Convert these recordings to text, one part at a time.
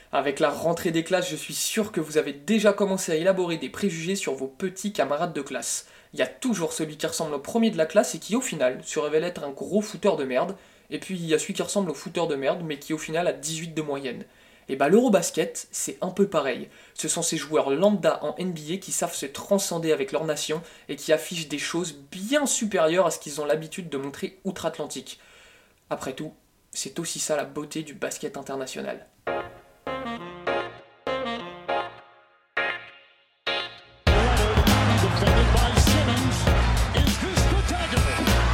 Avec la rentrée des classes, je suis sûr que vous avez déjà commencé à élaborer des préjugés sur vos petits camarades de classe. Il y a toujours celui qui ressemble au premier de la classe et qui au final se révèle être un gros fouteur de merde, et puis il y a celui qui ressemble au fouteur de merde mais qui au final a 18 de moyenne. Et bah l'Eurobasket, c'est un peu pareil. Ce sont ces joueurs lambda en NBA qui savent se transcender avec leur nation et qui affichent des choses bien supérieures à ce qu'ils ont l'habitude de montrer outre-Atlantique. Après tout, c'est aussi ça la beauté du basket international. Defended by Simmons. Is this the dagger?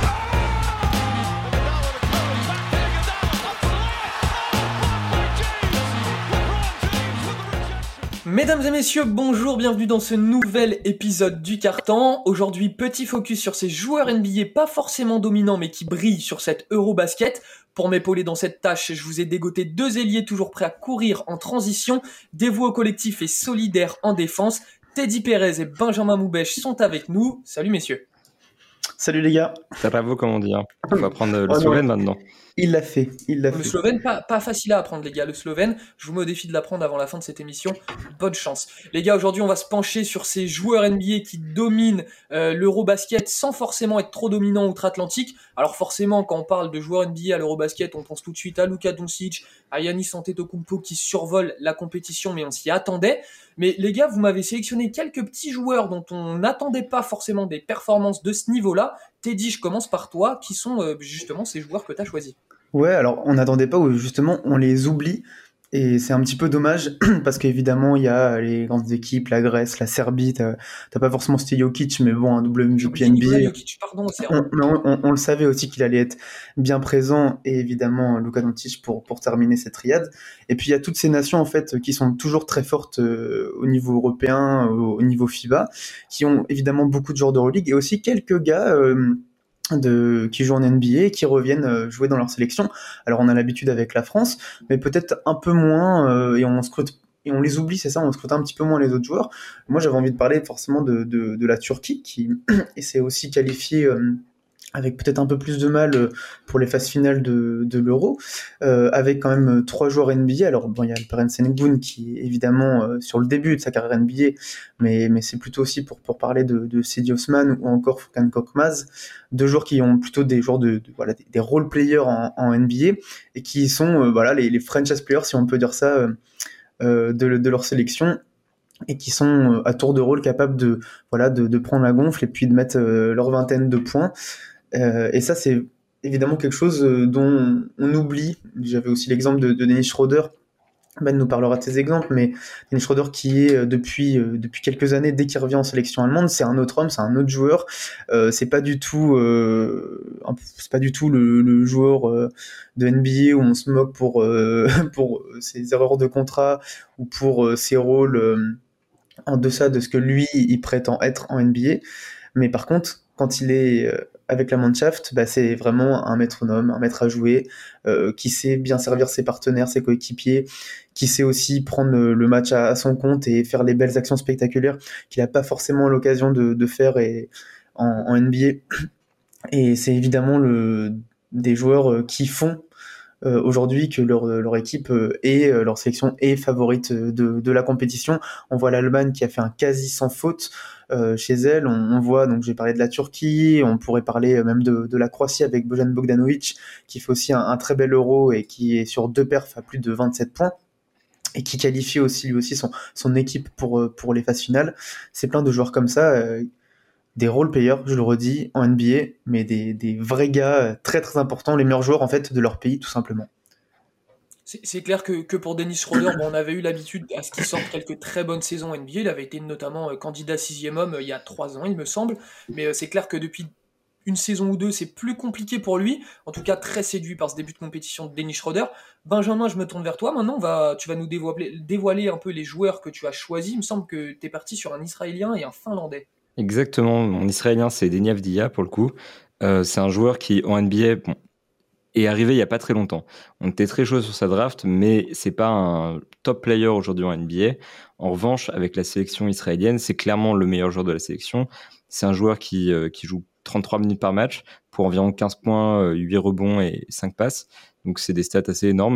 Mesdames et messieurs, bonjour, bienvenue dans ce nouvel épisode du Carton. Aujourd'hui, petit focus sur ces joueurs NBA pas forcément dominants mais qui brillent sur cette Eurobasket. Pour m'épauler dans cette tâche, je vous ai dégoté deux ailiers toujours prêts à courir en transition, dévoués au collectif et solidaires en défense. Teddy Pérez et Benjamin Moubèche sont avec nous. Salut messieurs. Salut les gars. T'as pas beau, comme on dit. On va prendre le Oh non. slovène maintenant. Il l'a fait. Le slovène, pas facile à apprendre les gars, le slovène, je vous mets au défi de l'apprendre avant la fin de cette émission, bonne chance. Les gars, aujourd'hui on va se pencher sur ces joueurs NBA qui dominent l'Eurobasket sans forcément être trop dominants outre-Atlantique. Alors forcément, quand on parle de joueurs NBA à l'Eurobasket, on pense tout de suite à Luka Doncic, à Giannis Antetokounmpo qui survolent la compétition, mais on s'y attendait. Mais les gars, vous m'avez sélectionné quelques petits joueurs dont on n'attendait pas forcément des performances de ce niveau-là. Teddy, je commence par toi. Qui sont justement ces joueurs que tu as choisis? Ouais, alors on n'attendait pas, ou justement on les oublie, et c'est un petit peu dommage, parce qu'évidemment il y a les grandes équipes, la Grèce, la Serbie, t'as pas forcément cité Jokic, mais bon, un double MVP NBA, Jokic, pardon, c'est on le savait aussi qu'il allait être bien présent, et évidemment Luka Doncic pour terminer cette triade. Et puis il y a toutes ces nations en fait qui sont toujours très fortes au niveau européen, au niveau FIBA, qui ont évidemment beaucoup de joueurs d'Euroleague, et aussi quelques gars qui jouent en NBA et qui reviennent jouer dans leur sélection. Alors on a l'habitude avec la France, mais peut-être un peu moins, et on scrute et on les oublie, c'est ça, on scrute un petit peu moins les autres joueurs. Moi j'avais envie de parler forcément de la Turquie qui et s'est aussi qualifiée avec peut-être un peu plus de mal pour les phases finales de l'Euro, avec quand même trois joueurs NBA. Alors bon, il y a Alperen Sengun qui est évidemment sur le début de sa carrière NBA, mais c'est plutôt aussi pour parler de Sedi Osman ou encore Furkan Korkmaz, deux joueurs qui ont plutôt des joueurs voilà, des role players en NBA et qui sont voilà les franchise players, si on peut dire ça, de leur sélection, et qui sont à tour de rôle capables de prendre la gonfle et puis de mettre leur vingtaine de points. Et ça, c'est évidemment quelque chose dont on oublie. J'avais aussi l'exemple de Dennis Schroeder. Ben nous parlera de ses exemples, mais Dennis Schroeder qui est depuis quelques années, dès qu'il revient en sélection allemande, c'est un autre homme, c'est un autre joueur. C'est pas du tout le joueur de NBA où on se moque pour pour ses erreurs de contrat ou pour ses rôles en deçà de ce que lui il prétend être en NBA. Mais par contre, quand il est avec la Mannschaft, bah, c'est vraiment un métronome, un maître à jouer, qui sait bien servir ses partenaires, ses coéquipiers, qui sait aussi prendre le match à son compte et faire les belles actions spectaculaires qu'il n'a pas forcément l'occasion de faire en NBA. Et c'est évidemment des joueurs qui font aujourd'hui que leur équipe et leur sélection est favorite de la compétition. On voit l'Allemagne qui a fait un quasi sans faute chez elle. On voit, donc j'ai parlé de la Turquie, on pourrait parler même de la Croatie avec Bojan Bogdanovic qui fait aussi un très bel Euro et qui est sur deux perfs à plus de 27 points et qui qualifie aussi lui aussi son équipe pour les phases finales. C'est plein de joueurs comme ça, des role players, je le redis, en NBA, mais des vrais gars très très importants, les meilleurs joueurs en fait de leur pays tout simplement. C'est clair que pour Dennis Schroeder, bon, on avait eu l'habitude à ce qu'il sorte quelques très bonnes saisons NBA. Il avait été notamment candidat sixième homme il y a 3 ans, il me semble. Mais c'est clair que depuis une saison ou deux, c'est plus compliqué pour lui. En tout cas, très séduit par ce début de compétition de Dennis Schroeder. Benjamin, je me tourne vers toi. Maintenant, tu vas nous dévoiler un peu les joueurs que tu as choisis. Il me semble que tu es parti sur un Israélien et un Finlandais. Exactement. Mon Israélien, c'est Deni Avdija, pour le coup. C'est un joueur qui, en NBA, est arrivé il n'y a pas très longtemps. On était très chaud sur sa draft, mais c'est pas un top player aujourd'hui en NBA. En revanche, avec la sélection israélienne, c'est clairement le meilleur joueur de la sélection. C'est un joueur qui joue 33 minutes par match pour environ 15 points, 8 rebonds et 5 passes. Donc c'est des stats assez énormes.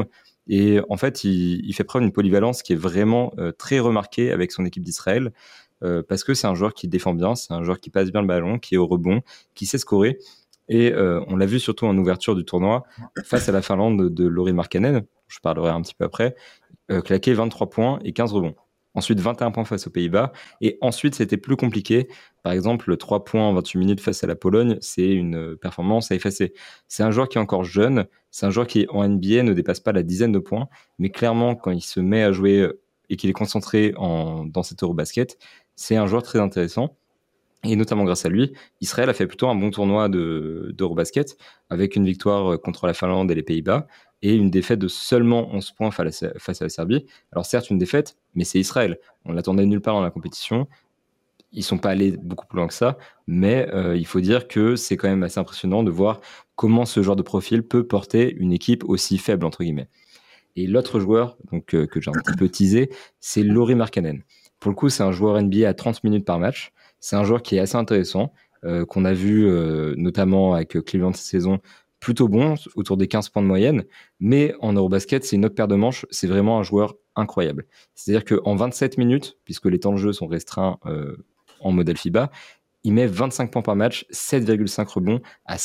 Et en fait, il fait preuve d'une polyvalence qui est vraiment très remarquée avec son équipe d'Israël, parce que c'est un joueur qui défend bien, c'est un joueur qui passe bien le ballon, qui est au rebond, qui sait scorer. Et on l'a vu surtout en ouverture du tournoi face à la Finlande de Lauri Markkanen, je parlerai un petit peu après, claquer 23 points et 15 rebonds. Ensuite, 21 points face aux Pays-Bas. Et ensuite, c'était plus compliqué. Par exemple, 3 points en 28 minutes face à la Pologne, c'est une performance à effacer. C'est un joueur qui est encore jeune. C'est un joueur qui, en NBA, ne dépasse pas la dizaine de points. Mais clairement, quand il se met à jouer et qu'il est concentré dans cet Eurobasket, c'est un joueur très intéressant. Et notamment grâce à lui, Israël a fait plutôt un bon tournoi d'Eurobasket, avec une victoire contre la Finlande et les Pays-Bas, et une défaite de seulement 11 points face à la Serbie. Alors certes, une défaite, mais c'est Israël. On l'attendait nulle part dans la compétition. Ils sont pas allés beaucoup plus loin que ça, mais il faut dire que c'est quand même assez impressionnant de voir comment ce genre de profil peut porter une équipe aussi faible, entre guillemets. Et l'autre joueur que j'ai un petit peu teasé, c'est Lauri Markkanen. Pour le coup, c'est un joueur NBA à 30 minutes par match. C'est un joueur qui est assez intéressant, qu'on a vu notamment avec Cleveland cette saison, plutôt bon, autour des 15 points de moyenne. Mais en Eurobasket, c'est une autre paire de manches. C'est vraiment un joueur incroyable. C'est-à-dire qu'en 27 minutes, puisque les temps de jeu sont restreints en modèle FIBA, il met 25 points par match, 7,5 rebonds, à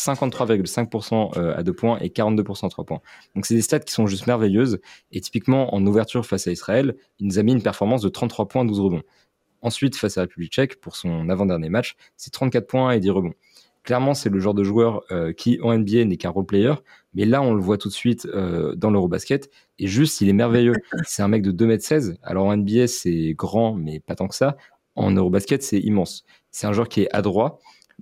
53,5% à 2 points et 42% à 3 points. Donc c'est des stats qui sont juste merveilleuses. Et typiquement, en ouverture face à Israël, il nous a mis une performance de 33 points, 12 rebonds. Ensuite, face à la République tchèque, pour son avant-dernier match, c'est 34 points et 10 rebonds. Clairement, c'est le genre de joueur qui, en NBA, n'est qu'un role-player. Mais là, on le voit tout de suite dans l'Eurobasket. Et juste, il est merveilleux. C'est un mec de 2,16 m. Alors en NBA, c'est grand, mais pas tant que ça. En Eurobasket, c'est immense. C'est un joueur qui est adroit.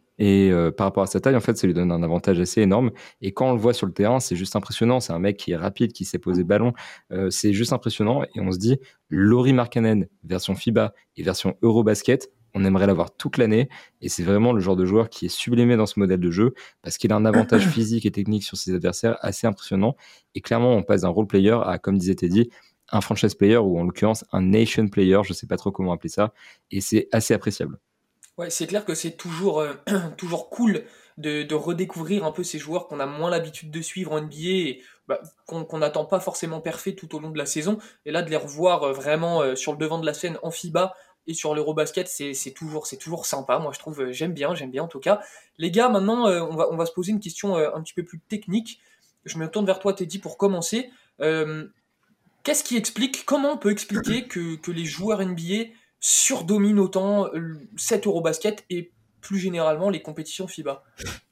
Et par rapport à sa taille, en fait, ça lui donne un avantage assez énorme. Et quand on le voit sur le terrain, c'est juste impressionnant. C'est un mec qui est rapide, qui sait poser le ballon. C'est juste impressionnant. Et on se dit, Lauri Markkanen, version FIBA et version Eurobasket, on aimerait l'avoir toute l'année. Et c'est vraiment le genre de joueur qui est sublimé dans ce modèle de jeu parce qu'il a un avantage physique et technique sur ses adversaires assez impressionnant. Et clairement, on passe d'un role player à, comme disait Teddy, un franchise player ou en l'occurrence un nation player. Je sais pas trop comment appeler ça. Et c'est assez appréciable. Ouais, c'est clair que c'est toujours, toujours cool de redécouvrir un peu ces joueurs qu'on a moins l'habitude de suivre en NBA et qu'on n'attend pas forcément parfait tout au long de la saison. Et là, de les revoir vraiment sur le devant de la scène en FIBA et sur l'Eurobasket, c'est toujours sympa. Moi, je trouve, j'aime bien en tout cas. Les gars, maintenant, on va se poser une question un petit peu plus technique. Je me tourne vers toi, Teddy, pour commencer. Euh, Qu'est-ce qui explique, comment on peut expliquer que les joueurs NBA surdominent autant cet Eurobasket et plus généralement les compétitions FIBA?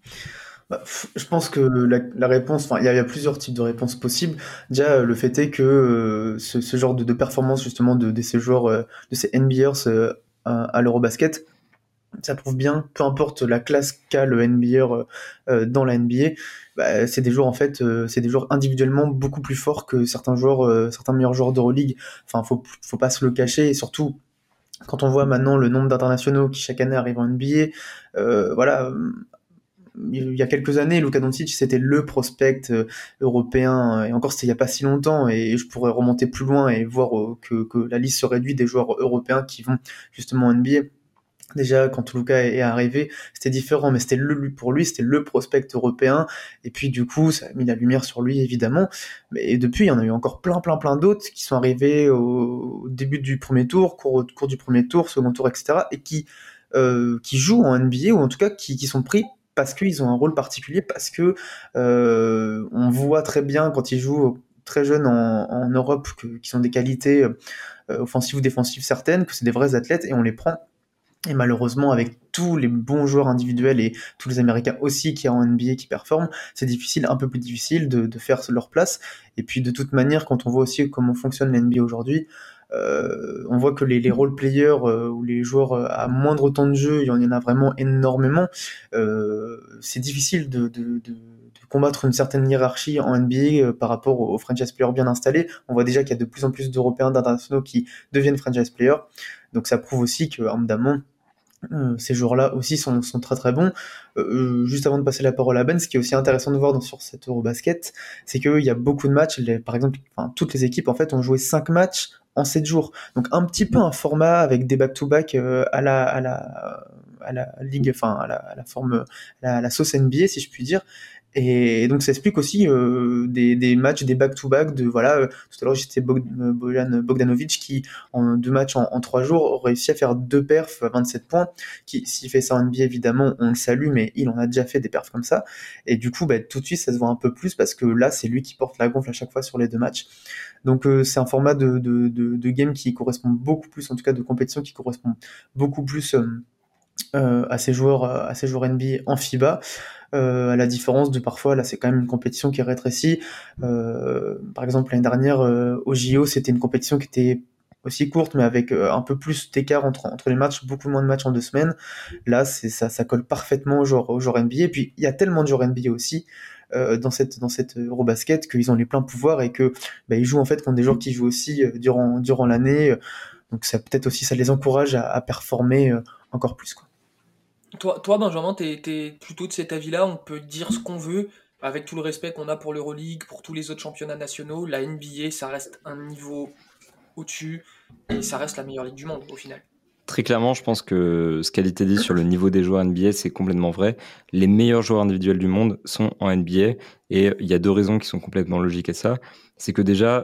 Je pense que la réponse, enfin, il y a plusieurs types de réponses possibles. Déjà, le fait est que ce genre de performance justement de ces joueurs, de ces NBAers à l'Eurobasket, ça prouve bien, peu importe la classe qu'a le NBA dans la NBA, c'est des joueurs en fait, c'est des joueurs individuellement beaucoup plus forts que certains joueurs, certains meilleurs joueurs d'Euroleague. Enfin, faut pas se le cacher, et surtout quand on voit maintenant le nombre d'internationaux qui chaque année arrivent en NBA, voilà. Il y a quelques années, Luka Doncic, c'était le prospect européen, et encore c'était il y a pas si longtemps, et je pourrais remonter plus loin et voir que la liste se réduit des joueurs européens qui vont justement en NBA. Déjà, quand Luka est arrivé, c'était différent, mais pour lui, c'était le prospect européen. Et puis, du coup, ça a mis la lumière sur lui, évidemment. Mais depuis, il y en a eu encore plein d'autres qui sont arrivés au début du premier tour, cours du premier tour, second tour, etc. Et qui jouent en NBA, ou en tout cas, qui sont pris parce qu'ils ont un rôle particulier, parce que on voit très bien quand ils jouent très jeunes en Europe, qu'ils ont des qualités offensives ou défensives certaines, que c'est des vrais athlètes, et on les prend. Et malheureusement, avec tous les bons joueurs individuels et tous les Américains aussi qui sont en NBA qui performent, c'est difficile, un peu plus difficile de faire leur place. Et puis de toute manière, quand on voit aussi comment fonctionne la NBA aujourd'hui, on voit que les role players ou les joueurs à moindre temps de jeu, il y en a vraiment énormément. C'est difficile de combattre une certaine hiérarchie en NBA par rapport aux franchise players bien installés. On voit déjà qu'il y a de plus en plus d'Européens, d'internationaux qui deviennent franchise players. Donc ça prouve aussi que, évidemment, ces joueurs-là aussi sont très très bons. Juste avant de passer la parole à Ben, ce qui est aussi intéressant de voir sur cet Eurobasket, c'est qu'il y a beaucoup de matchs. Par exemple, toutes les équipes en fait ont joué 5 matchs en 7 jours. Donc un petit peu un format avec des back-to-back à la ligue, enfin à la forme, à la sauce NBA si je puis dire. Et donc ça explique aussi des matchs, des back-to-back de voilà. Tout à l'heure j'étais Bojan Bogdanovic qui en 2 matchs en 3 jours réussi à faire 2 perfs à 27 points. Qui s'il fait ça en NBA évidemment on le salue, mais il en a déjà fait des perfs comme ça. Et du coup tout de suite ça se voit un peu plus parce que là c'est lui qui porte la gonfle à chaque fois sur les 2 matchs. Donc c'est un format de game qui correspond beaucoup plus, en tout cas de compétition qui correspond beaucoup plus à ces joueurs NBA en FIBA, à la différence de parfois, là c'est quand même une compétition qui est rétrécie. Par exemple l'année dernière au JO c'était une compétition qui était aussi courte mais avec un peu plus d'écart entre les matchs, beaucoup moins de matchs en 2 semaines. Là ça colle parfaitement aux joueurs NBA, et puis il y a tellement de joueurs NBA aussi dans cette Eurobasket qu'ils ont les pleins pouvoirs et que ils jouent en fait contre des joueurs qui jouent aussi durant l'année, donc ça peut-être aussi ça les encourage à performer encore plus, quoi. Toi, Benjamin, t'es plutôt de cet avis-là, on peut dire ce qu'on veut, avec tout le respect qu'on a pour l'Euroleague, pour tous les autres championnats nationaux, la NBA, ça reste un niveau au-dessus, et ça reste la meilleure ligue du monde, au final. Très clairement, je pense que ce qu'a dit sur le niveau des joueurs NBA, c'est complètement vrai. Les meilleurs joueurs individuels du monde sont en NBA, et il y a 2 raisons qui sont complètement logiques à ça. C'est que déjà,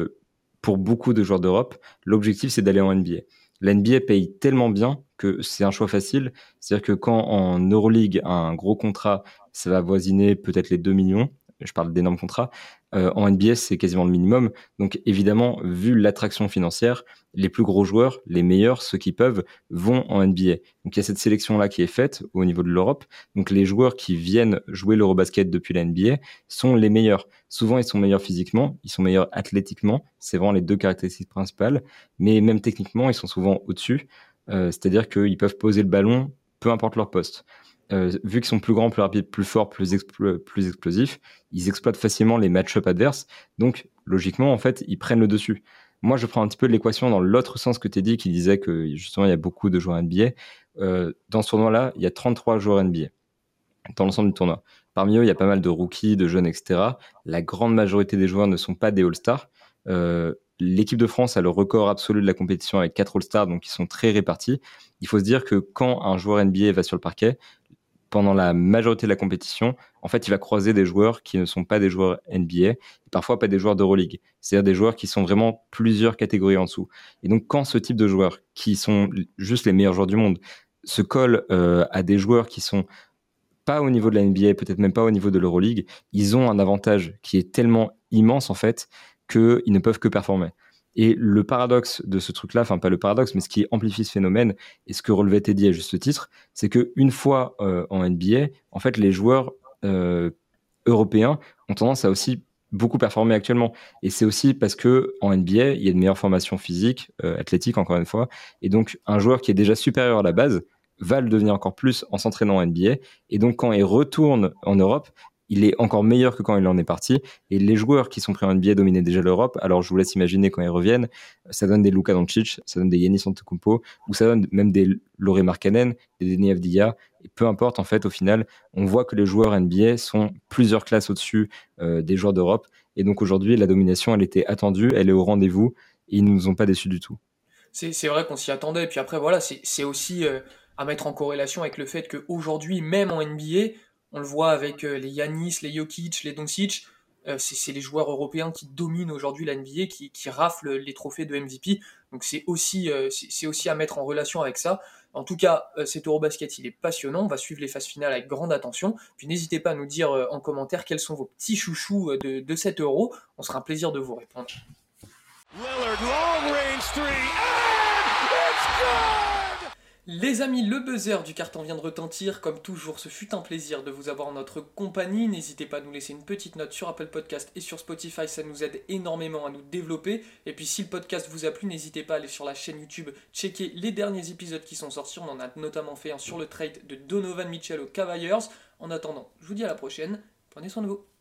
pour beaucoup de joueurs d'Europe, l'objectif c'est d'aller en NBA. La NBA paye tellement bien que c'est un choix facile. C'est-à-dire que quand en Euroleague, un gros contrat, ça va avoisiner peut-être les 2 millions, je parle d'énormes contrats, en NBA c'est quasiment le minimum. Donc évidemment, vu l'attraction financière, les plus gros joueurs, les meilleurs, ceux qui peuvent, vont en NBA. Donc il y a cette sélection-là qui est faite au niveau de l'Europe. Donc les joueurs qui viennent jouer l'Eurobasket depuis la NBA sont les meilleurs. Souvent, ils sont meilleurs physiquement, ils sont meilleurs athlétiquement. C'est vraiment les 2 caractéristiques principales. Mais même techniquement, ils sont souvent au-dessus. C'est-à-dire qu'ils peuvent poser le ballon, peu importe leur poste. Vu qu'ils sont plus grands, plus rapides, plus forts, plus explosifs, ils exploitent facilement les match-up adverses. Donc, logiquement, en fait, ils prennent le dessus. Moi, je prends un petit peu de l'équation dans l'autre sens que tu as dit, qui disait que justement, il y a beaucoup de joueurs NBA. Dans ce tournoi-là, il y a 33 joueurs NBA dans l'ensemble du tournoi. Parmi eux, il y a pas mal de rookies, de jeunes, etc. La grande majorité des joueurs ne sont pas des All-Stars. L'équipe de France a le record absolu de la compétition avec 4 All-Stars, donc ils sont très répartis. Il faut se dire que quand un joueur NBA va sur le parquet, pendant la majorité de la compétition, en fait, il va croiser des joueurs qui ne sont pas des joueurs NBA, et parfois pas des joueurs d'Euroleague. C'est-à-dire des joueurs qui sont vraiment plusieurs catégories en dessous. Et donc, quand ce type de joueurs, qui sont juste les meilleurs joueurs du monde, se collent à des joueurs qui sont pas au niveau de la NBA, peut-être même pas au niveau de l'Euroleague, ils ont un avantage qui est tellement immense, en fait, qu'ils ne peuvent que performer. Et le paradoxe de ce truc-là, enfin pas le paradoxe, mais ce qui amplifie ce phénomène, et ce que relevait Teddy à juste titre, c'est qu'une fois en NBA, en fait, les joueurs européens ont tendance à aussi beaucoup performer actuellement. Et c'est aussi parce que en NBA, il y a une meilleure formation physique, athlétique, encore une fois, et donc un joueur qui est déjà supérieur à la base va le devenir encore plus en s'entraînant en NBA. Et donc quand il retourne en Europe, il est encore meilleur que quand il en est parti. Et les joueurs qui sont pris en NBA dominaient déjà l'Europe. Alors je vous laisse imaginer quand ils reviennent, ça donne des Luka Doncic, ça donne des Giannis Antetokounmpo, ou ça donne même des Lauri Markkanen, des Deni Avdija. Et peu importe, en fait, au final, on voit que les joueurs NBA sont plusieurs classes au-dessus des joueurs d'Europe. Et donc aujourd'hui, la domination, elle était attendue, elle est au rendez-vous, et ils ne nous ont pas déçus du tout. C'est vrai qu'on s'y attendait, et puis après, voilà, c'est aussi à mettre en corrélation avec le fait qu'aujourd'hui, même en NBA, on le voit avec les Giannis, les Jokic, les Doncic, c'est les joueurs européens qui dominent aujourd'hui la NBA, qui raflent les trophées de MVP. Donc c'est aussi à mettre en relation avec ça. En tout cas, cet Eurobasket, il est passionnant. On va suivre les phases finales avec grande attention. Puis n'hésitez pas à nous dire en commentaire quels sont vos petits chouchous de cet Euro. On sera un plaisir de vous répondre. Lillard, long range three, and it's good! Les amis, le buzzer du carton vient de retentir. Comme toujours, ce fut un plaisir de vous avoir en notre compagnie. N'hésitez pas à nous laisser une petite note sur Apple Podcast et sur Spotify, ça nous aide énormément à nous développer. Et puis si le podcast vous a plu, n'hésitez pas à aller sur la chaîne YouTube, checker les derniers épisodes qui sont sortis. On en a notamment fait un sur le trade de Donovan Mitchell aux Cavaliers. En attendant, je vous dis à la prochaine. Prenez soin de vous.